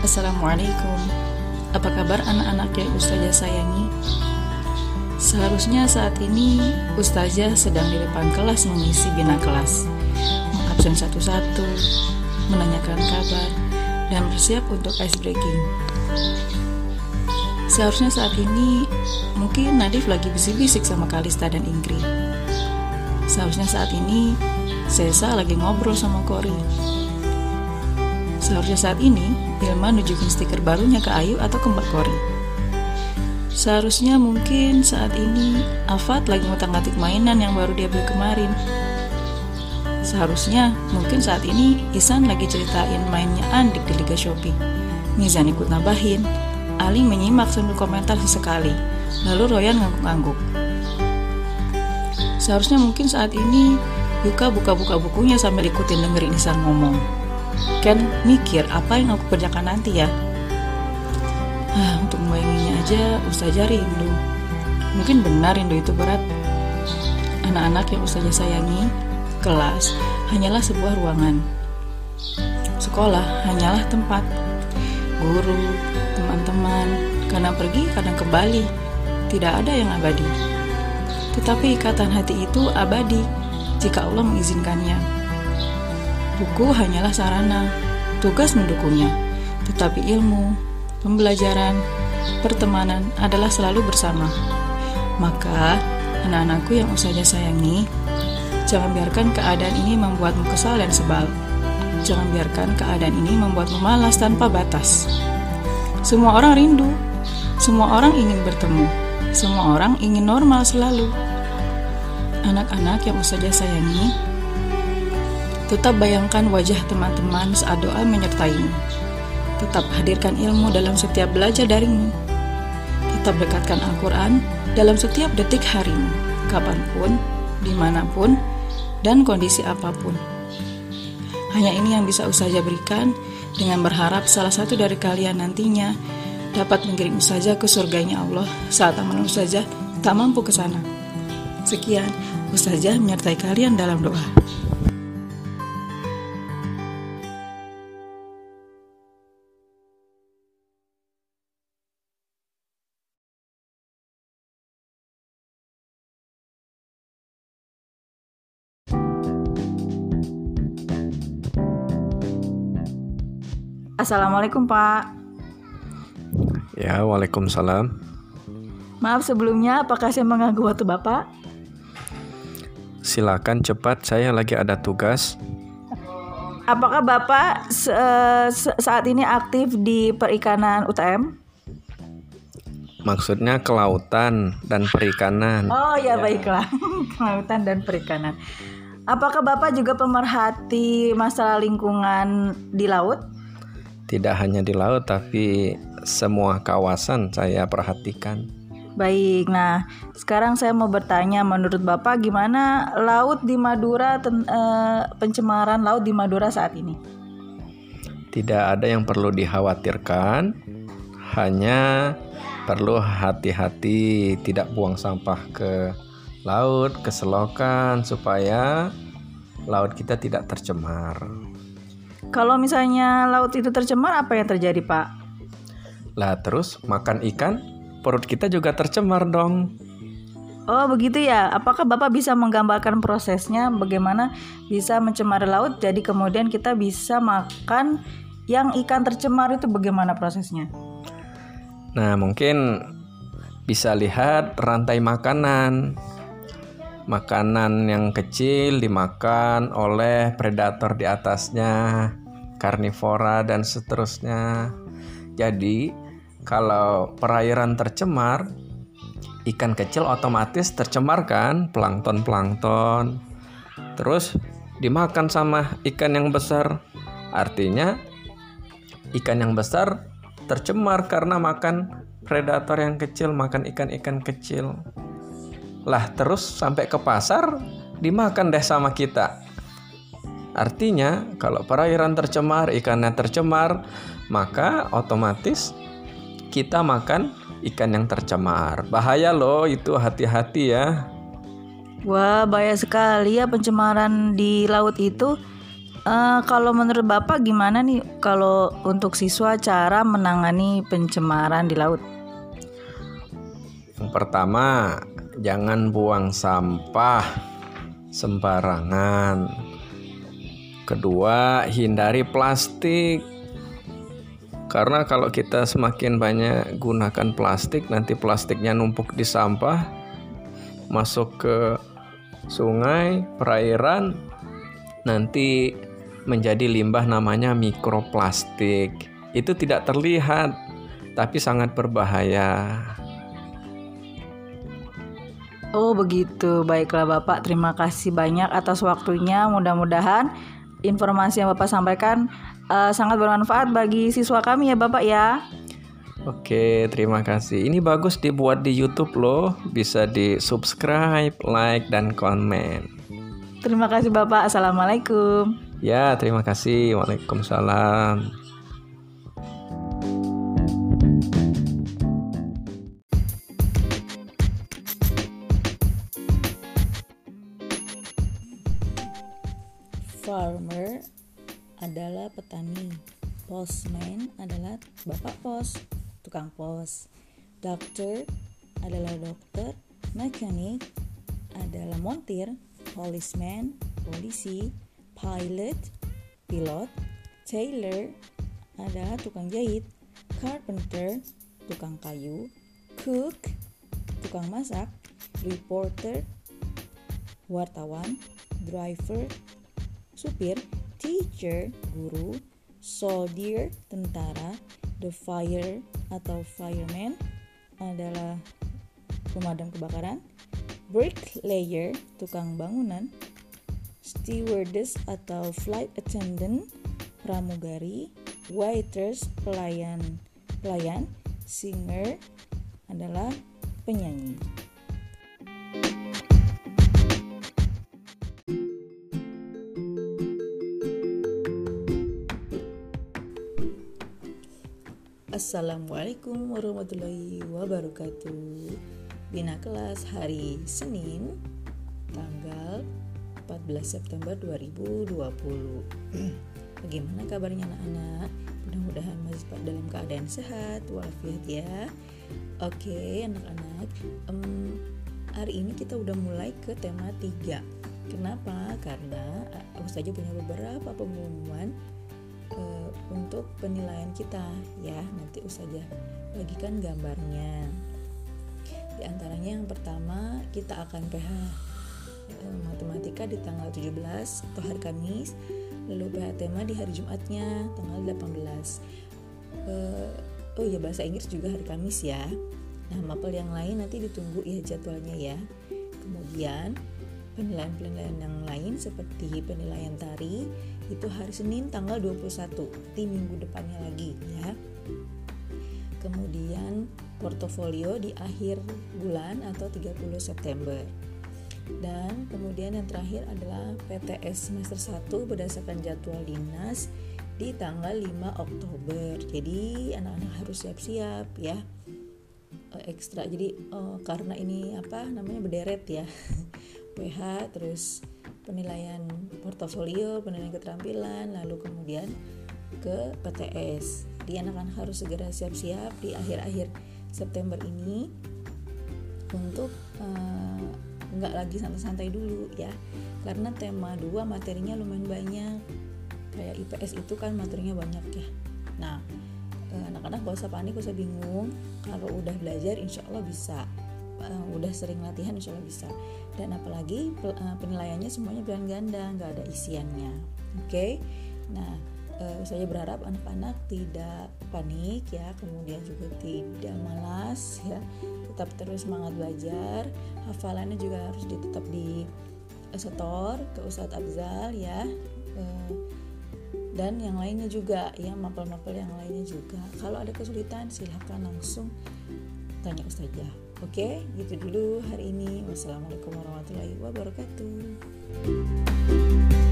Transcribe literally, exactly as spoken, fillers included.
Assalamualaikum. Apa kabar anak-anak yang Ustazah sayangi? Seharusnya saat ini Ustazah sedang di depan kelas mengisi bina kelas, mengabsen satu-satu, menanyakan kabar, dan bersiap untuk ice breaking. Seharusnya saat ini mungkin Nadif lagi bisik-bisik sama Kalista dan Ingrid. Seharusnya saat ini Sesa lagi ngobrol sama Kori. Seharusnya saat ini Hilma nunjukin stiker barunya ke Ayu atau ke Mbak Kori. Seharusnya mungkin saat ini Afat lagi ngutang-ngatik mainan yang baru dia beli kemarin. Seharusnya mungkin saat ini Isan lagi ceritain mainnya Andik di Liga Shopee. Mizan ikut nabahin, Ali menyimak sambil komentar sesekali, lalu Royan ngangguk-ngangguk. Seharusnya mungkin saat ini Yuka buka-buka bukunya sambil ikutin dengerin Isan ngomong. Ken mikir apa yang aku kerjakan nanti ya. Ah, untuk membayanginya aja Ustazah rindu. Mungkin benar rindu itu berat. Anak-anak yang Ustazah sayangi, kelas hanyalah sebuah ruangan. Sekolah hanyalah tempat. Guru, teman-teman, kadang pergi, kadang kembali. Tidak ada yang abadi. Tetapi ikatan hati itu abadi jika Allah mengizinkannya. Buku hanyalah sarana, tugas mendukungnya. Tetapi ilmu, pembelajaran, pertemanan adalah selalu bersama. Maka, anak-anakku yang Ustazah sayangi, jangan biarkan keadaan ini membuatmu kesal dan sebal. Jangan biarkan keadaan ini membuatmu malas tanpa batas. Semua orang rindu, semua orang ingin bertemu, semua orang ingin normal selalu. Anak-anak yang Ustazah sayangi, tetap bayangkan wajah teman-teman saat doa menyertaimu. Tetap hadirkan ilmu dalam setiap belajar darimu. Tetap dekatkan Al-Quran dalam setiap detik harimu, kapanpun, dimanapun, dan kondisi apapun. Hanya ini yang bisa Ustazah berikan, dengan berharap salah satu dari kalian nantinya dapat mengiring Ustazah ke surganya Allah saat amal Ustazah tak mampu ke sana. Sekian, Ustazah menyertai kalian dalam doa. Assalamualaikum Pak. Ya, waalaikumsalam. Maaf sebelumnya, apakah saya mengganggu waktu Bapak? Silakan cepat, saya lagi ada tugas. Apakah Bapak se- se- saat ini aktif di perikanan U T M? Maksudnya kelautan dan perikanan. Oh ya, baiklah, kelautan dan perikanan. Apakah Bapak juga pemerhati masalah lingkungan di laut? Tidak hanya di laut, tapi semua kawasan saya perhatikan. Baik, nah sekarang saya mau bertanya, menurut Bapak gimana laut di Madura, ten, eh, pencemaran laut di Madura saat ini? Tidak ada yang perlu dikhawatirkan, hanya perlu hati-hati tidak buang sampah ke laut, ke selokan, supaya laut kita tidak tercemar. Kalau misalnya laut itu tercemar, apa yang terjadi Pak? Lah terus makan ikan, perut kita juga tercemar dong. Oh begitu ya, apakah Bapak bisa menggambarkan prosesnya bagaimana bisa mencemari laut, jadi kemudian kita bisa makan yang ikan tercemar itu, bagaimana prosesnya? Nah mungkin bisa lihat rantai makanan. Makanan yang kecil dimakan oleh predator di atasnya, karnivora dan seterusnya. Jadi kalau perairan tercemar, ikan kecil otomatis tercemar kan, plankton-plankton. Terus dimakan sama ikan yang besar. Artinya ikan yang besar tercemar karena makan predator yang kecil, makan ikan-ikan kecil. Lah terus sampai ke pasar dimakan deh sama kita. Artinya kalau perairan tercemar, ikannya tercemar, maka otomatis kita makan ikan yang tercemar. Bahaya loh itu, hati-hati ya. Wah bahaya sekali ya pencemaran di laut itu. Uh, kalau menurut Bapak gimana nih kalau untuk siswa cara menangani pencemaran di laut? Yang pertama, jangan buang sampah sembarangan. Kedua, hindari plastik. Karena kalau kita semakin banyak gunakan plastik, nanti plastiknya numpuk di sampah, masuk ke sungai, perairan, nanti menjadi limbah namanya mikroplastik. Itu tidak terlihat, tapi sangat berbahaya. Oh begitu, baiklah Bapak, terima kasih banyak atas waktunya. Mudah-mudahan informasi yang Bapak sampaikan uh, sangat bermanfaat bagi siswa kami ya Bapak ya. Oke, terima kasih. Ini bagus dibuat di YouTube loh. Bisa di subscribe, like, dan komen. Terima kasih Bapak. Assalamualaikum. Ya, terima kasih. Waalaikumsalam. Farmer adalah petani. Postman adalah bapak pos, tukang pos. Doctor adalah dokter. Mechanic adalah montir. Policeman, polisi. Pilot, pilot. Tailor adalah tukang jahit. Carpenter, tukang kayu. Cook, tukang masak. Reporter, wartawan. Driver, supir. Teacher, guru. Soldier, tentara. The fire atau fireman adalah pemadam kebakaran. Bricklayer, tukang bangunan. Stewardess atau flight attendant, pramugari. Waiters, pelayan pelayan. Singer adalah penyanyi. Assalamualaikum warahmatullahi wabarakatuh. Bina kelas hari Senin tanggal empat belas September dua ribu dua puluh. Bagaimana kabarnya anak-anak? Mudah-mudahan masih dalam keadaan sehat walafiat ya. Oke anak-anak, um, hari ini kita udah mulai ke tema tiga. Kenapa? Karena aku saja punya beberapa pengumuman Uh, untuk penilaian kita ya. Nanti Ustazah bagikan gambarnya. Di antaranya yang pertama kita akan P H uh, matematika di tanggal tujuh belas atau hari Kamis, lalu P H tema di hari Jumatnya tanggal delapan belas. Uh, oh ya bahasa Inggris juga hari Kamis ya. Nah mapel yang lain nanti ditunggu ya jadwalnya ya. Kemudian penilaian-penilaian yang lain seperti penilaian tari itu hari Senin tanggal dua puluh satu di minggu depannya lagi ya. Kemudian portofolio di akhir bulan atau tiga puluh September. Dan kemudian yang terakhir adalah P T S semester satu berdasarkan jadwal dinas di tanggal lima Oktober. Jadi anak-anak harus siap-siap ya. Ekstra jadi oh, karena ini apa namanya berderet ya. P H terus penilaian portofolio, penilaian keterampilan, lalu kemudian ke P T S. Jadi anak-anak harus segera siap-siap di akhir-akhir September ini untuk uh, nggak lagi santai-santai dulu ya. Karena tema dua materinya lumayan banyak. Kayak I P S itu kan materinya banyak ya. Nah, uh, anak-anak gak usah panik, gak usah bingung. Kalau udah belajar insya Allah bisa. Uh, udah sering latihan insya Allah bisa. Dan apalagi uh, penilaiannya semuanya pilihan ganda, nggak ada isiannya. Oke, okay? Nah uh, saya berharap anak-anak tidak panik ya, kemudian juga tidak malas ya, tetap terus semangat belajar. Hafalannya juga harus tetap di uh, setor ke Ustadz Afzal ya, uh, dan yang lainnya juga ya, mapel-mapel yang lainnya juga. Kalau ada kesulitan silahkan langsung tanya Ustazah. Oke, gitu dulu hari ini. Wassalamualaikum warahmatullahi wabarakatuh.